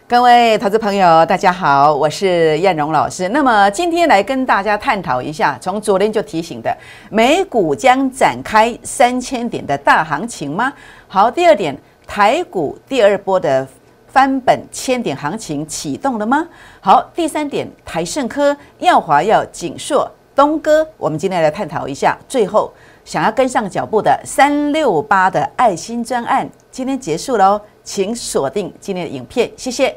各位投资朋友，大家好，我是燕荣老师。那么今天来跟大家探讨一下，从昨天就提醒的，美股将展开3000点的大行情吗？好，第二点，台股第二波的翻本1000点行情启动了吗？好，第三点，台盛科、耀华药、景硕、东哥，我们今天来探讨一下。最后，想要跟上脚步的368的爱心专案，今天结束喽。请锁定今天的影片，谢谢。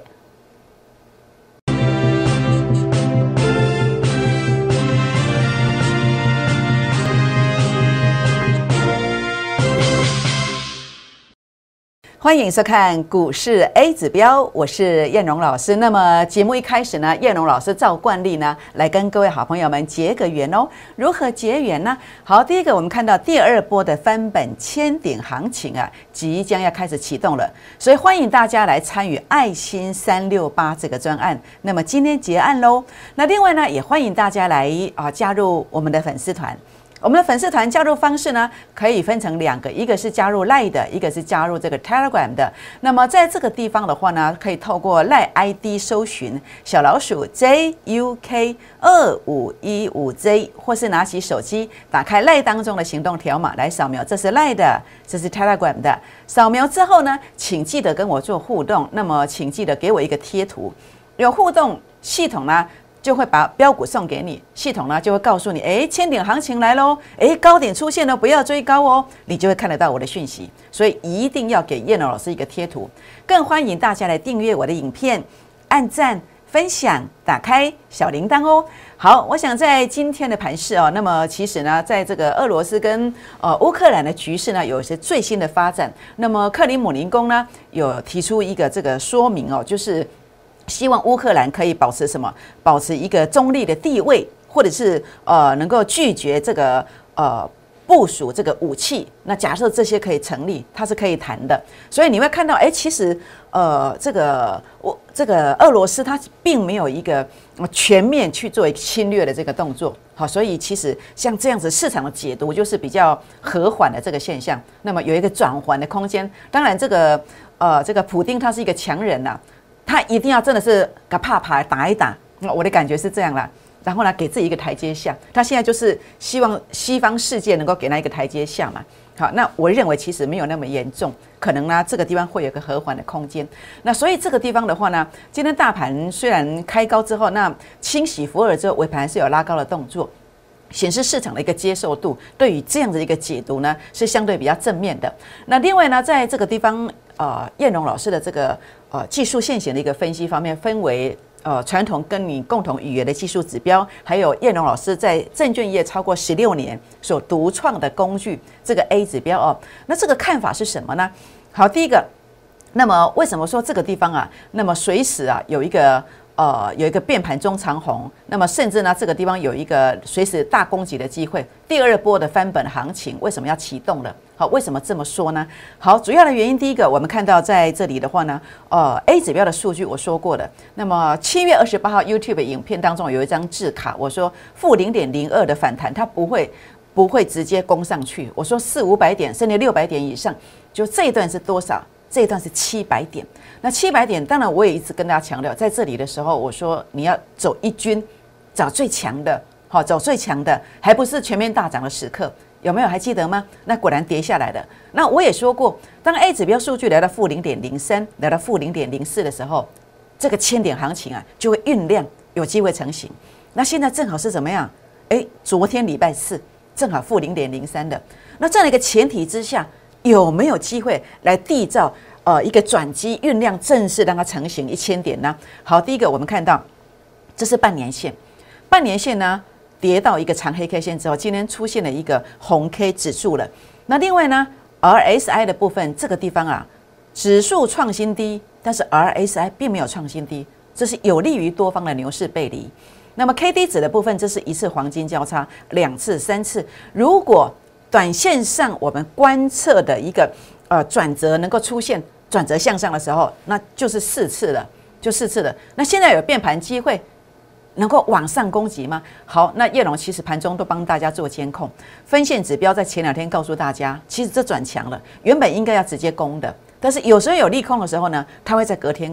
欢迎收看股市 A 指标，我是燕荣老师。那么节目一开始呢，燕荣老师照惯例呢，来跟各位好朋友们结个缘哦。如何结缘呢？好，第一个我们看到第二波的翻本1000点行情啊，即将要开始启动了，所以欢迎大家来参与爱心368这个专案。那么今天结案喽。那另外呢，也欢迎大家来加入我们的粉丝团。我们的粉丝团加入方式呢，可以分成2个，一个是加入 LINE 的，一个是加入这个 Telegram 的。那么在这个地方的话呢，可以透过 LINE ID 搜寻小老鼠 JUK2515J， 或是拿起手机打开 LINE 当中的行动条码来扫描，这是 LINE 的，这是 Telegram 的。扫描之后呢，请记得跟我做互动，那么请记得给我一个贴图，有互动系统呢就会把标股送给你，系统呢就会告诉你，1000点行情来咯，高点出现了，不要追高哦，你就会看得到我的讯息。所以一定要给燕荣老师一个贴图，更欢迎大家来订阅我的影片，按赞、分享、打开小铃铛哦。好，我想在今天的盘势哦，那么其实呢，在这个俄罗斯跟乌克兰的局势呢，有一些最新的发展。那么克里姆林宫呢，有提出一个这个说明哦，就是希望乌克兰可以保持什么？保持一个中立的地位，或者是能够拒绝这个部署这个武器。那假设这些可以成立，它是可以谈的。所以你会看到，其实这个俄罗斯它并没有一个全面去做一个侵略的这个动作。好，所以其实像这样子市场的解读就是比较和缓的这个现象。那么有一个转圜的空间。当然，这个普丁他是一个强人呐。他一定要真的是给怕打一打，我的感觉是这样啦。然后呢，给自己一个台阶下。他现在就是希望西方世界能够给他一个台阶下嘛。好，那我认为其实没有那么严重，可能呢这个地方会有个和缓的空间。那所以这个地方的话呢，今天大盘虽然开高之后，那清洗浮尔之后，尾盘是有拉高的动作，显示市场的一个接受度，对于这样的一个解读呢，是相对比较正面的。那另外呢，在这个地方，燕荣老师的这个技术线型的一个分析方面，分为传统跟你共同语言的技术指标，还有燕荣老师在证券业超过16年所独创的工具，这个 A 指标哦。那这个看法是什么呢？好，第一个，那么为什么说这个地方啊，那么随时啊有一个变盘中长红，那么甚至呢这个地方有一个随时大攻击的机会，第二波的翻本行情为什么要启动了？好，为什么这么说呢？好，主要的原因，第一个，我们看到在这里的话呢，A 指标的数据我说过的，那么7月28号 YouTube 影片当中有一张字卡，我说负0.02的反弹，它不会直接攻上去，我说400-500点甚至600点以上，就这一段是多少？这一段是700点。那700点，当然我也一直跟大家强调，在这里的时候，我说你要走一军，找最强的，好，走最强的，还不是全面大涨的时刻，有没有还记得吗？那果然跌下来了。那我也说过，当 A 指标数据来到负0.03，来到负0.04的时候，这个1000点行情啊，就会酝酿，有机会成型。那现在正好是怎么样？昨天礼拜四正好负0.03的。那这样的一个前提之下，有没有机会来缔造一个转机酝酿，正式让它成型1000点呢？好，第一个我们看到这是半年线，半年线呢跌到一个长黑 K 线之后，今天出现了一个红 K 指数了。那另外呢 ，RSI 的部分这个地方啊，指数创新低，但是 RSI 并没有创新低，这是有利于多方的牛市背离。那么 KD 值的部分，这是一次黄金交叉，2次、3次，如果短线上我们观测的一个转折能够出现转折向上的时候，那就是4次了，就4次了。那现在有变盘机会，能够往上攻击吗？好，那叶龙其实盘中都帮大家做监控，分线指标在前2天告诉大家，其实这转强了，原本应该要直接攻的，但是有时候有利空的时候呢，它会在隔天攻。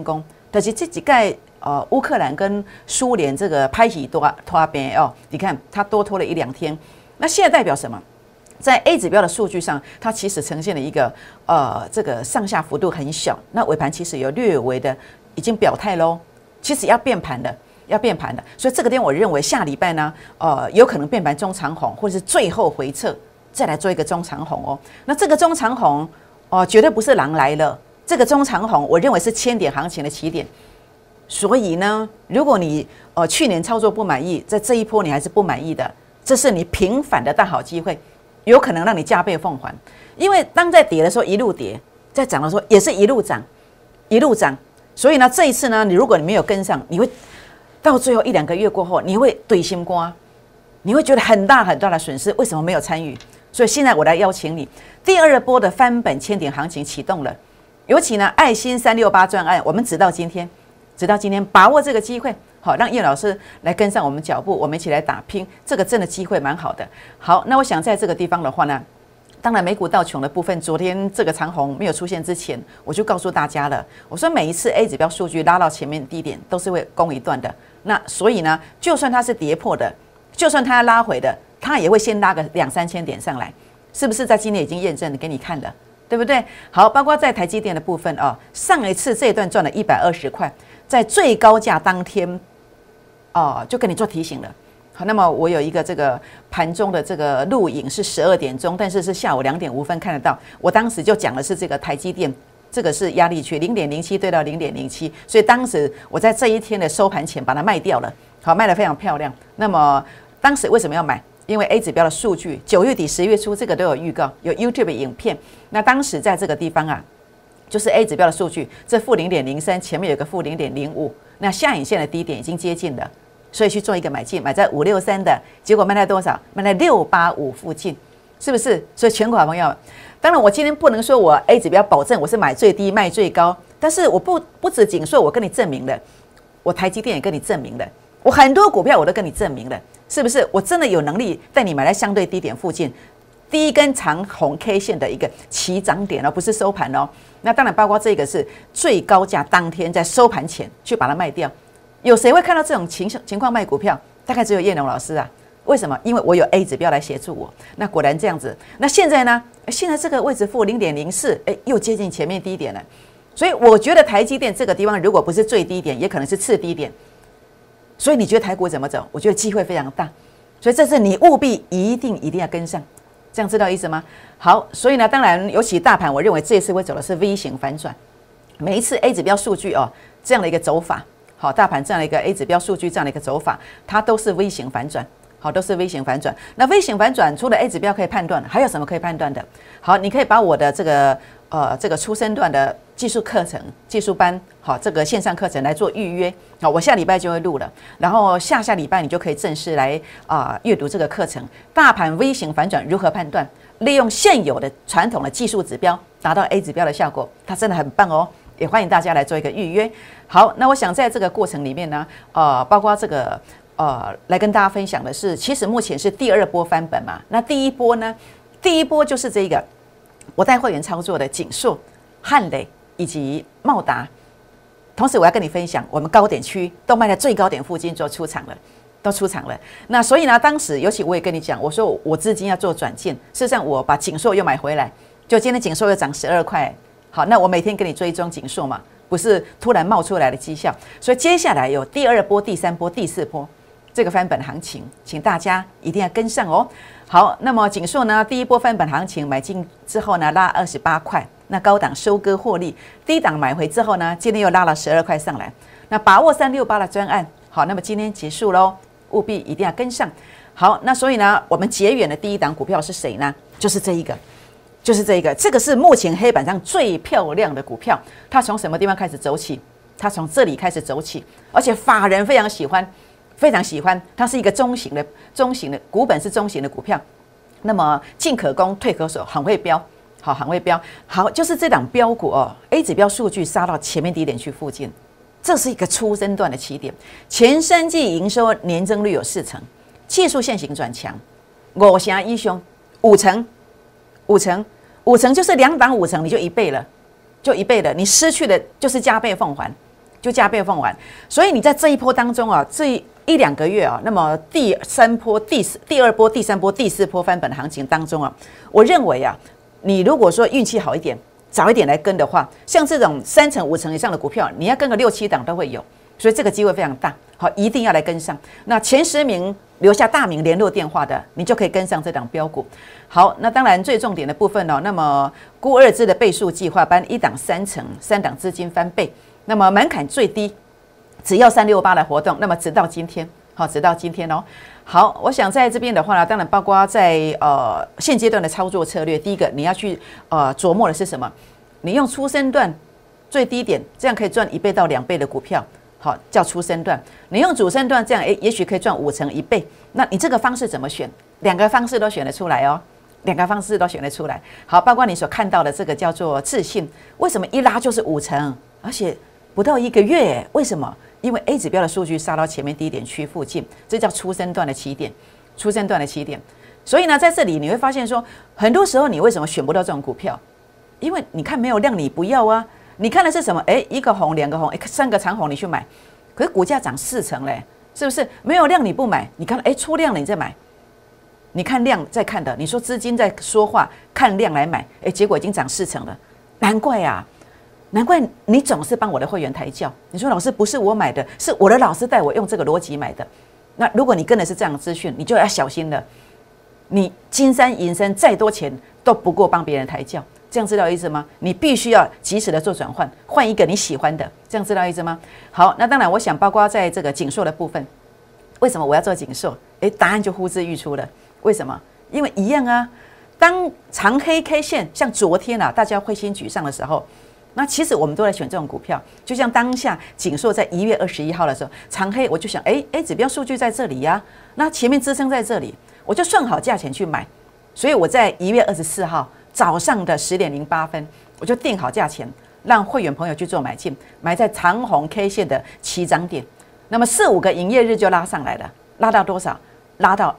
但是这几盖乌克兰跟苏联这个拍起拖边哦，你看它多拖了1-2天，那现在代表什么？在 A 指标的数据上，它其实呈现了一个这个上下幅度很小，那尾盘其实有略微的已经表态喽，其实要变盘的，所以这个点我认为下礼拜呢，有可能变盘中长红，或者是最后回撤再来做一个中长红哦。那这个中长红绝对不是狼来了，这个中长红我认为是1000点行情的起点。所以呢，如果你去年操作不满意，在这一波你还是不满意的，这是你平反的大好机会。有可能让你加倍奉还，因为当在跌的时候一路跌，在涨的时候也是一路涨，所以呢，这一次呢，如果你没有跟上，你会到最后1-2个月过后，你会对心瓜，你会觉得很大的损失。为什么没有参与？所以现在我来邀请你，第2波的翻本1000点行情启动了，尤其呢，爱心368专案，我们直到今天把握这个机会。好，让叶老师来跟上我们脚步，我们一起来打拼，这个真的机会蛮好的。好，那我想在这个地方的话呢，当然美股道琼的部分，昨天这个长红没有出现之前，我就告诉大家了，我说每一次 A 指标数据拉到前面低点，都是会攻一段的。那所以呢，就算它是跌破的，就算它要拉回的，它也会先拉个2-3千点上来，是不是在今天已经验证给你看了？对不对？好，包括在台积电的部分上一次这一段赚了120块，在最高价当天就跟你做提醒了。好，那么我有一个这个盘中的这个录影是12点钟，但是是下午2点5分看得到。我当时就讲的是这个台积电，这个是压力区0.07对到0.07，所以当时我在这一天的收盘前把它卖掉了，好，卖得非常漂亮。那么当时为什么要买？因为 A 指标的数据9月底10月初这个都有预告，有 YouTube 影片。那当时在这个地方啊，就是 A 指标的数据，这负0.03，前面有个负0.05，那下影线的低点已经接近了，所以去做一个买进，买在563的，结果卖在多少？卖在685附近，是不是？所以全国好朋友，当然我今天不能说我 A 指标保证我是买最低卖最高，但是我不止仅说我跟你证明了，我台积电也跟你证明了，我很多股票我都跟你证明了，是不是？我真的有能力带你买在相对低点附近，第一根长红 K 线的一个起涨点不是收盘哦。那当然包括这个是最高价当天在收盘前去把它卖掉。有谁会看到这种情况卖股票？大概只有叶龙老师啊。为什么？因为我有 A 指标来协助我。那果然这样子。那现在呢？现在这个位置负0.04，又接近前面低点了。所以我觉得台积电这个地方如果不是最低点，也可能是次低点。所以你觉得台股怎么走？我觉得机会非常大。所以这次你务必一定要跟上。这样知道意思吗？好，所以呢，当然，尤其大盘，我认为这一次会走的是 V 型反转。每一次 A 指标数据这样的一个走法，好，大盘这样的一个 A 指标数据这样的一个走法，它都是 V 型反转，好，都是 V 型反转。那 V 型反转除了 A 指标可以判断，还有什么可以判断的？好，你可以把我的这个初升段的技术课程、技术班，好，这个线上课程来做预约。好，我下礼拜就会录了，然后下礼拜你就可以正式来阅读这个课程。大盘 V 型反转如何判断？利用现有的传统的技术指标达到 A 指标的效果，它真的很棒哦。也欢迎大家来做一个预约。好，那我想在这个过程里面呢，包括这个来跟大家分享的是，其实目前是第2波翻本嘛。那第一波呢？第一波就是这个我带会员操作的景硕、汉磊以及茂达。同时我要跟你分享，我们高点区都卖在最高点附近做出场了。都出场了，那所以呢，当时尤其我也跟你讲，我说我资金要做转进，事实上我把景硕又买回来，就今天景硕又涨12块，好，那我每天给你追踪景硕嘛，不是突然冒出来的绩效，所以接下来有第2波、第3波、第4波这个翻本行情，请大家一定要跟上哦。好，那么景硕呢，第1波翻本行情买进之后呢，拉28块，那高档收割获利，低档买回之后呢，今天又拉了12块上来，那把握368的专案，好，那么今天结束喽。务必一定要跟上。好，那所以呢，我们结缘的第一档股票是谁呢？就是这一个，这个是目前黑板上最漂亮的股票。它从什么地方开始走起？它从这里开始走起，而且法人非常喜欢，非常喜欢。它是一个中型的股本是中型的股票。那么进可攻，退可守，很会飙。好，很会飙。好，就是这档标股A 指标数据杀到前面低点去附近。这是一个初升段的起点，前3季营收年增率有4成，技术线型转强，5成以上，5成就是2档5成，你就1倍了，你失去的就是加倍奉还。 就加倍奉还。所以你在这一波当中啊，这1-2个月啊，那么第2波、第2波、第3波、第4波翻本行情当中啊，我认为啊，你如果说运气好一点，早一点来跟的话，像这种3成、5成以上的股票，你要跟个6、7档都会有，所以这个机会非常大。好，一定要来跟上。那前10名留下大名联络电话的，你就可以跟上这档标股。好，那当然最重点的部分哦，那么孤二支的倍数计划班1档3成，3档资金翻倍，那么门槛最低只要368的活动，那么直到今天，好，直到今天哦。好，我想在这边的话呢，当然包括在现阶段的操作策略，第一个你要去琢磨的是什么？你用初升段最低点，这样可以赚1倍到2倍的股票。好，叫初升段。你用主升段这样，也许可以赚5成1倍。那你这个方式怎么选？2个方式都选得出来哦，2个方式都选得出来。好，包括你所看到的这个叫做自信，为什么一拉就是5成，而且不到1个月？为什么？因为 A 指标的数据杀到前面低点区附近，这叫初升段的起点，初升段的起点。所以呢，在这里你会发现说，很多时候你为什么选不到这种股票？因为你看没有量，你不要啊。你看的是什么？1个红，2个红，3个长红，你去买，可是股价涨4成嘞，是不是？没有量你不买，你看出量了你再买，你看量再看的，你说资金在说话，看量来买，结果已经涨4成了，难怪啊，难怪你总是帮我的会员抬轿。你说老师不是我买的，是我的老师带我用这个逻辑买的。那如果你跟的是这样的资讯，你就要小心了。你金山银山再多钱都不够帮别人抬轿。这样知道意思吗？你必须要及时的做转换，换一个你喜欢的，这样知道意思吗？好，那当然，我想包括在这个景硕的部分，为什么我要做景硕？答案就呼之欲出了。为什么？因为一样啊。当长黑 K 线像昨天啊，大家灰心沮丧的时候，那其实我们都在选这种股票。就像当下景硕在1月21号的时候，长黑，我就想，指标数据在这里呀，那前面支撑在这里，我就算好价钱去买。所以我在1月24号。早上的10点08分，我就定好价钱，让会员朋友去做买进，买在长红 K 线的起涨点。那么4、5个营业日就拉上来了，拉到多少？拉到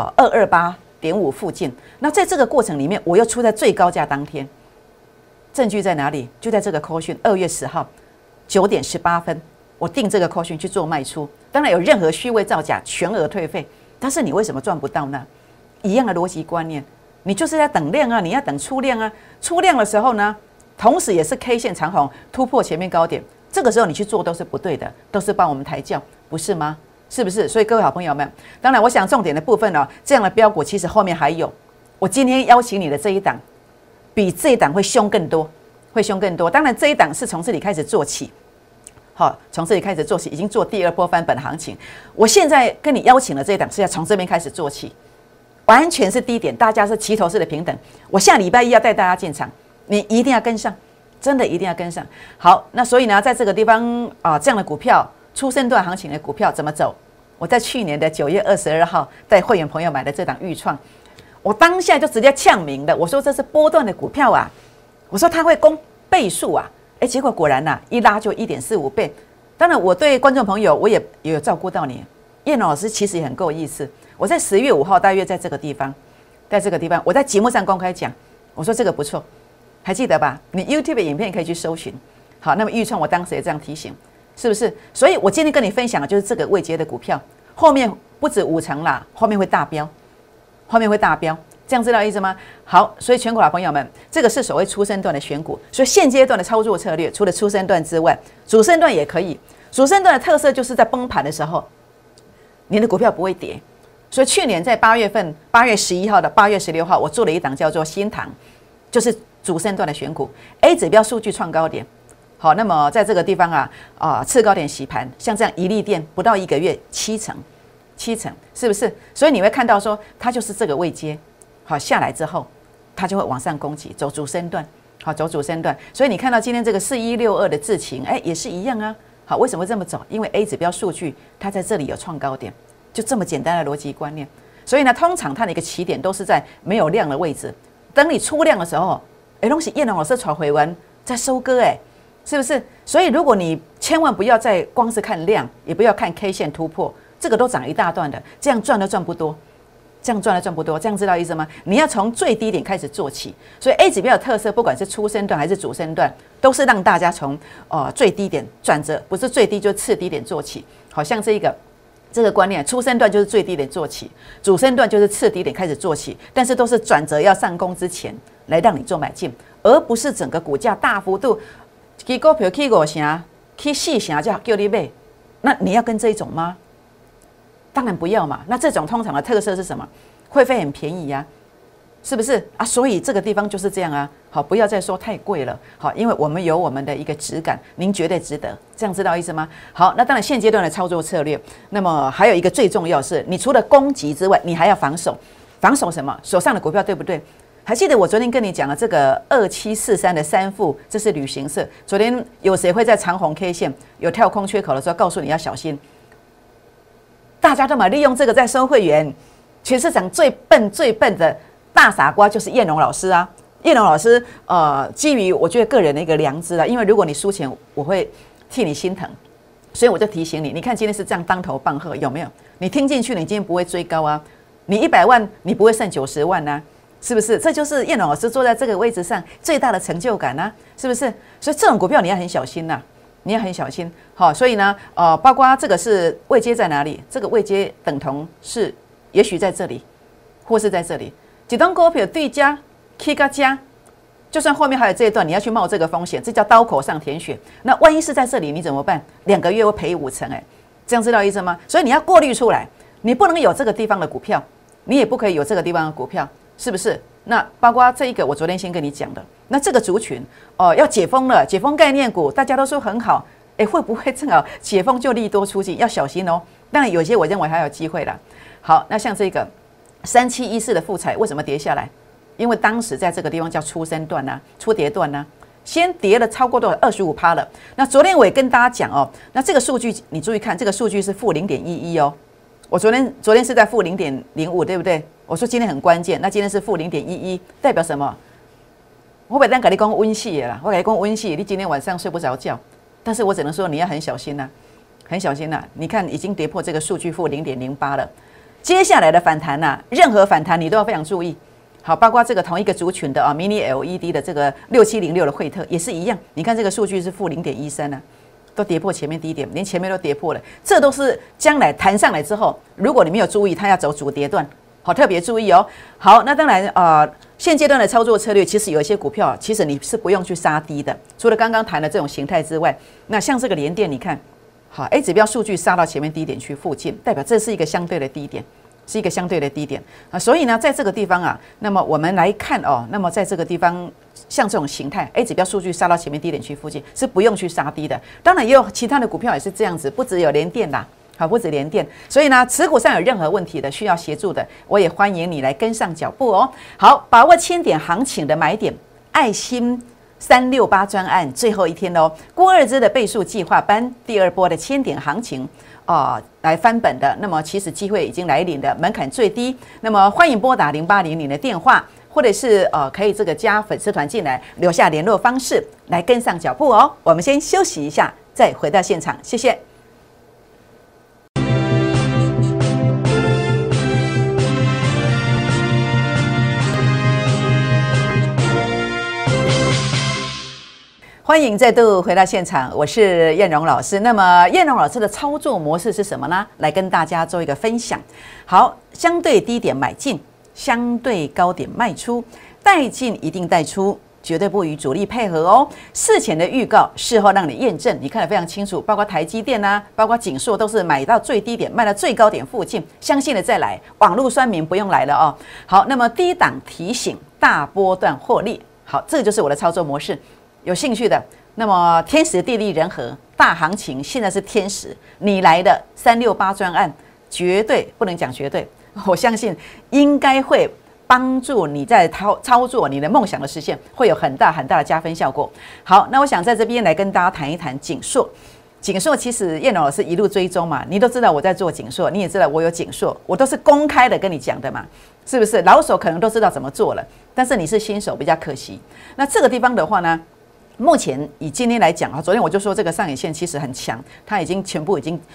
228.5附近。那在这个过程里面，我又出在最高价当天，证据在哪里？就在这个扣讯，2月10号9点18分，我定这个扣讯去做卖出。当然有任何虚伪造假，全额退费。但是你为什么赚不到呢？一样的逻辑观念。你就是在等量啊，你要等出量啊。出量的时候呢，同时也是 K 线长红突破前面高点，这个时候你去做都是不对的，都是帮我们抬轿，不是吗？是不是？所以各位好朋友们，当然我想重点的部分呢，这样的标股其实后面还有。我今天邀请你的这一档，比这一档会凶更多，会凶更多。当然这一档是从这里开始做起，好，从这里开始做起，已经做第2波翻本行情。我现在跟你邀请的这一档是要从这边开始做起。完全是低点，大家是齐头式的平等。我下礼拜1要带大家进场，你一定要跟上，真的一定要跟上。好，那所以呢，在这个地方这样的股票，初升段行情的股票怎么走？我在去年的9月22号带会员朋友买的这档预创，我当下就直接呛明的，我说这是波段的股票啊，我说它会攻倍数啊，结果果然啊，一拉就1.45倍。当然，我对观众朋友我也有照顾到你，燕老师其实也很够意思。我在10月5号大约在这个地方，我在节目上公开讲，我说这个不错，还记得吧？你 YouTube 的影片可以去搜寻。好，那么预创我当时也这样提醒，是不是？所以我今天跟你分享的就是这个位阶的股票，后面不止5成啦，后面会大飙，后面会大飙，这样知道意思吗？好，所以全国老朋友们，这个是所谓初升段的选股，所以现阶段的操作策略，除了初升段之外，主升段也可以。主升段的特色就是在崩盘的时候，你的股票不会跌。所以去年在8月份，8月11号的8月16号，我做了一档叫做新唐，就是主升段的选股 ，A 指标数据创高点。好，那么在这个地方次高点洗盘，像这样一利电不到1个月7成，是不是？所以你会看到说，它就是这个位阶，好下来之后，它就会往上攻击，走主升段，好走主升段。所以你看到今天这个4162的智勤，也是一样啊。好，为什么这么走？因为 A 指标数据它在这里有创高点。就这么简单的逻辑观念，所以呢，通常它的一个起点都是在没有量的位置。等你出量的时候，东西燕龙老师传回完再收割，是不是？所以如果你千万不要再光是看量，也不要看 K 线突破，这个都涨一大段的，这样赚都赚不多。 这样赚的赚不多，这样知道意思吗？你要从最低点开始做起，所以 A 指标的特色，不管是初升段还是主升段，都是让大家从最低点转折，不是最低就次低点做起。好像这个观念，初升段就是最低点做起，主升段就是次低点开始做起，但是都是转折要上攻之前来让你做买进，而不是整个股价大幅度起股票起5成、起4成就叫你买，那你要跟这一种吗？当然不要嘛。那这种通常的特色是什么？会费很便宜啊，是不是啊？所以这个地方就是这样啊。好，不要再说太贵了。好，因为我们有我们的一个质感，您绝对值得。这样知道意思吗？好，那当然现阶段的操作策略，那么还有一个最重要的是，你除了攻击之外，你还要防守。防守什么？手上的股票对不对？还记得我昨天跟你讲的这个2743的3富，这是旅行社。昨天有谁会在长红 K 线有跳空缺口的时候告诉你要小心？大家都嘛利用这个在收会员，全市场最笨的大傻瓜就是燕荣老师啊！燕荣老师，基于我觉得个人的一个良知啊，因为如果你输钱，我会替你心疼，所以我就提醒你，你看今天是这样当头棒喝，有没有？你听进去，你今天不会追高啊，你100万你不会剩90万啊，是不是？这就是燕荣老师坐在这个位置上最大的成就感啊，是不是？所以这种股票你要很小心呐。你要很小心，好，所以呢，包括这个是位阶在哪里？这个位阶等同是，也许在这里，或是在这里。几档股票对加 K 个加，就算后面还有这一段，你要去冒这个风险，这叫刀口上舔血。那万一是在这里，你怎么办？2个月会赔5成，这样知道意思吗？所以你要过滤出来，你不能有这个地方的股票，你也不可以有这个地方的股票，是不是？那包括这一个，我昨天先跟你讲的，那这个族群要解封了，解封概念股大家都说很好，会不会正好解封就利多出尽？要小心哦。当然有些我认为还有机会啦。好，那像这个3714的富彩为什么跌下来？因为当时在这个地方叫初升段啊，初跌段啊，先跌了超过多少25%了。那昨天我也跟大家讲哦，那这个数据你注意看，这个数据是负0.11哦。我昨天是在负0.05，对不对？我说今天很关键，那今天是负0.11，代表什么？我本来跟你讲温系啦，我跟你讲温系，你今天晚上睡不着觉，但是我只能说你要很小心呐，很小心呐。你看已经跌破这个数据负0.08了，接下来的反弹呐，任何反弹你都要非常注意。好，包括这个同一个族群的mini LED 的这个6706的惠特也是一样，你看这个数据是负0.13啊。都跌破前面低点，连前面都跌破了，这都是将来弹上来之后，如果你没有注意，它要走主跌段，好，特别注意哦。好，那当然现阶段的操作策略，其实有一些股票，其实你是不用去杀低的，除了刚刚谈的这种形态之外，那像这个联电，你看，好 ，A 指标数据杀到前面低点区附近，代表这是一个相对的低点。是一个相对的低点啊，所以呢，在这个地方啊，那么我们来看哦，那么在这个地方，像这种形态 ，A 指标数据杀到前面低点区附近是不用去杀低的。当然也有其他的股票也是这样子，不只有联电啦，好，不止联电。所以呢，持股上有任何问题的，需要协助的，我也欢迎你来跟上脚步哦。好，把握千点行情的买点，爱心368专案最后一天哦，郭二芝的倍数计划班第2波的千点行情。来翻本的，那么其实机会已经来临的，门槛最低。那么欢迎拨打0800的电话，或者是可以这个加粉丝团进来，留下联络方式来跟上脚步哦。我们先休息一下，再回到现场，谢谢。欢迎再度回到现场，我是燕荣老师。那么燕荣老师的操作模式是什么呢？来跟大家做一个分享。好，相对低点买进，相对高点卖出，带进一定带出，绝对不与主力配合哦。事前的预告，事后让你验证，你看得非常清楚。包括台积电啊，包括景硕都是买到最低点，卖到最高点附近。相信的再来，网络酸民不用来了哦。好，那么低档提醒，大波段获利。好，这就是我的操作模式。有兴趣的，那么天时地利人和，大行情现在是天时，你来的368专案绝对不能讲绝对，我相信应该会帮助你在操作你的梦想的实现，会有很大很大的加分效果。好，那我想在这边来跟大家谈一谈景硕。景硕其实燕荣老师一路追踪嘛，你都知道我在做景硕，你也知道我有景硕，我都是公开的跟你讲的嘛，是不是？老手可能都知道怎么做了，但是你是新手比较可惜。那这个地方的话呢？目前以今天来讲啊，昨天我就说这个上影线其实很强，它已经全部已经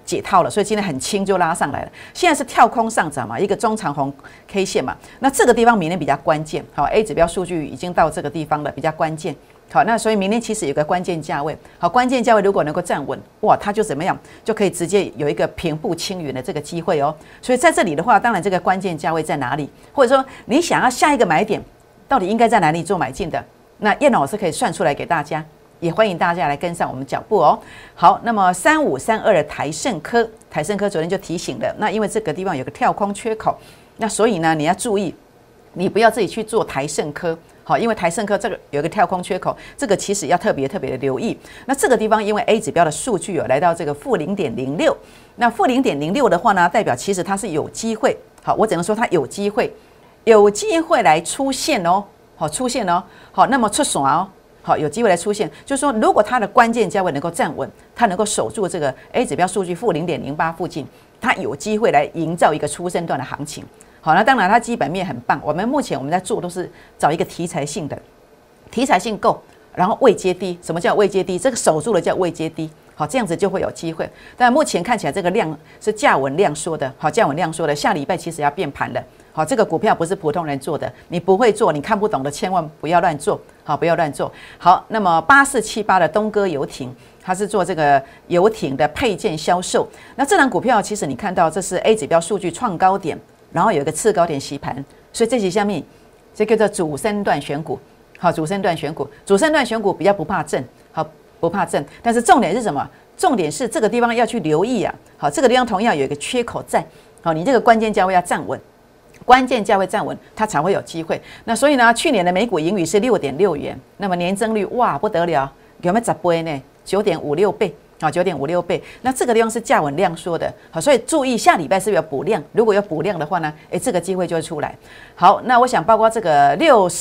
解套了，所以今天很轻就拉上来了。现在是跳空上涨嘛，一个中长红 K 线嘛，那这个地方明天比较关键。好 ，A 指标数据已经到这个地方了，比较关键。好，那所以明天其实有个关键价位。好，关键价位如果能够站稳，哇，它就怎么样，就可以直接有一个平步青云的这个机会哦。所以在这里的话，当然这个关键价位在哪里，或者说你想要下一个买点，到底应该在哪里做买进的？那燕老师可以算出来给大家。也欢迎大家来跟上我们脚步哦。好，那么3532的台盛科昨天就提醒了，那因为这个地方有个跳空缺口，那所以呢你要注意，你不要自己去做台盛科。好，因为台盛科这个有一个跳空缺口，这个其实要特别的留意。那这个地方因为 A 指标的数据有来到这个负0.06，那负0.06的话呢，代表其实它是有机会。好，我只能说它有机会来出现哦。好，出现哦。好，那么出线哦。好，有机会来出现，就是说，如果它的关键价位能够站稳，它能够守住这个 A 指标数据负0.08附近，它有机会来营造一个初升段的行情。好，那当然它基本面很棒，我们在做都是找一个题材性的，题材性够，然后位阶低。什么叫位阶低？这个守住了叫位阶低。好，这样子就会有机会。但目前看起来这个量是价稳量缩的。好，价稳量缩的，下礼拜其实要变盘了。好，这个股票不是普通人做的，你不会做，你看不懂的，千万不要乱做。好，不要乱做。好，那么8478的东哥游艇，它是做这个游艇的配件销售。那这档股票其实你看到这是 A 指标数据创高点，然后有一个次高点洗盘，所以这些下面这叫做主升段选股。好，主升段选股比较不怕震。好，不怕震，但是重点是什么？重点是这个地方要去留意啊。好，这个地方同样有一个缺口在。好，你这个关键价位要站稳。关键价位站稳，它才会有机会。那所以呢，去年的每股盈余是6.6元，那么年增率哇不得了，有没有10倍呢？9.56倍，好，9.56倍。那这个地方是价稳量缩的，好，所以注意下礼拜是不是有补量？如果有补量的话呢，这个机会就会出来。好，那我想包括这个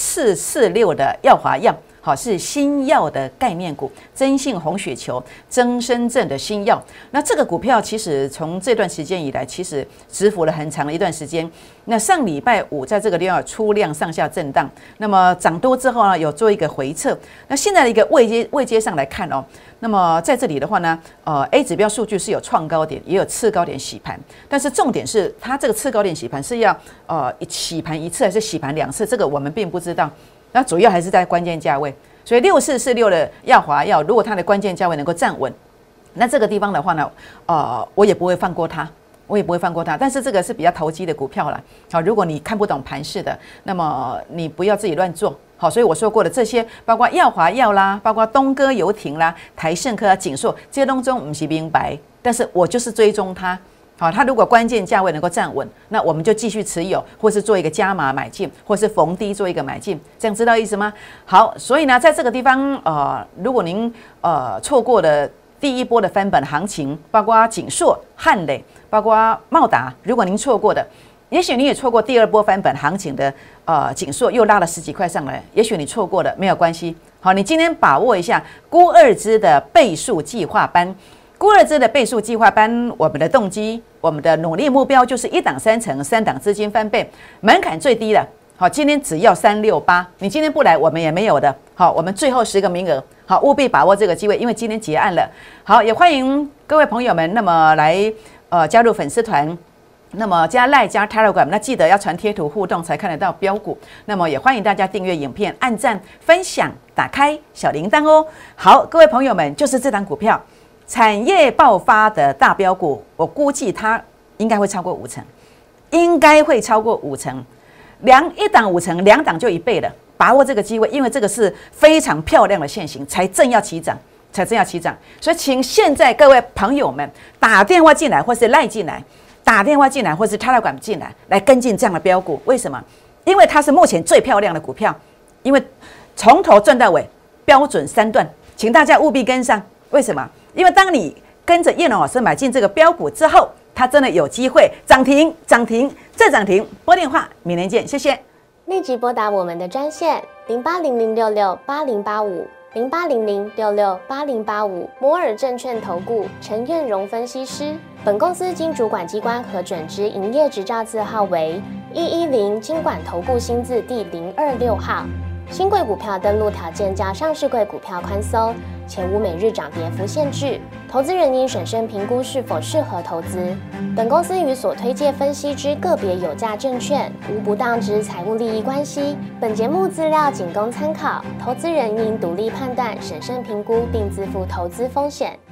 6446的耀华药。好，是新药的概念股，增信红血球、增生症的新药。那这个股票其实从这段时间以来，其实蛰伏了很长的一段时间。那上礼拜五在这个地方有出量上下震荡，那么涨多之后呢，有做一个回撤。那现在的一个位阶上来看哦，那么在这里的话呢，A 指标数据是有创高点，也有次高点洗盘，但是重点是它这个次高点洗盘是要洗盘一次还是洗盘2次，这个我们并不知道。那主要还是在关键价位，所以6446的耀华药，如果它的关键价位能够站稳，那这个地方的话呢，我也不会放过它，但是这个是比较投机的股票啦。好，如果你看不懂盘势的，那么你不要自己乱做。好，所以我说过的这些，包括耀华药啦，包括东哥游艇啦、台盛科啊、景硕这些当中，我们是明白，但是我就是追踪它。好，它如果关键价位能够站稳，那我们就继续持有，或是做一个加码买进，或是逢低做一个买进，这样知道意思吗？好，所以呢，在这个地方，如果您错过了第一波的翻本行情，包括景硕、汉磊，包括茂达，如果您错过的，也许你也错过第二波翻本行情的景硕又拉了10几块上来，也许你错过了，没有关系。好，你今天把握一下估2支的倍数计划班。估2支的倍数计划班，我们的动机，我们的努力目标就是1档3成，3档资金翻倍，门槛最低了。好，今天只要368，你今天不来，我们也没有的。好，我们最后10个名额，好，务必把握这个机会，因为今天结案了。好，也欢迎各位朋友们，那么来加入粉丝团，那么加 LINE 加 Telegram， 那记得要传贴图互动才看得到标股。那么也欢迎大家订阅影片、按赞、分享、打开小铃铛哦。好，各位朋友们，就是这档股票。产业爆发的大标股，我估计它应该会超过5成，一档5成，2档就1倍了。把握这个机会，因为这个是非常漂亮的现形，才正要起涨。所以，请现在各位朋友们打电话进来，或是赖进来，或是 Telegram 进来，来跟进这样的标股。为什么？因为它是目前最漂亮的股票，因为从头赚到尾，标准3段，请大家务必跟上。为什么？因为当你跟着叶龙老师买进这个标股之后，它真的有机会涨停、再涨停。拨电话，明天见，谢谢。 立即拨打我们的专线0800668085，0800668085。摩尔证券投顾陈彦荣分析师。本公司经主管机关核准之营业执照字号为110金管投顾新字第026号。新贵股票登录条件较上市贵股票宽松。 且无每日涨跌幅限制，投资人应审慎评估是否适合投资。本公司与所推介分析之个别有价证券无不当之财务利益关系。本节目资料仅供参考，投资人应独立判断、审慎评估并自负投资风险。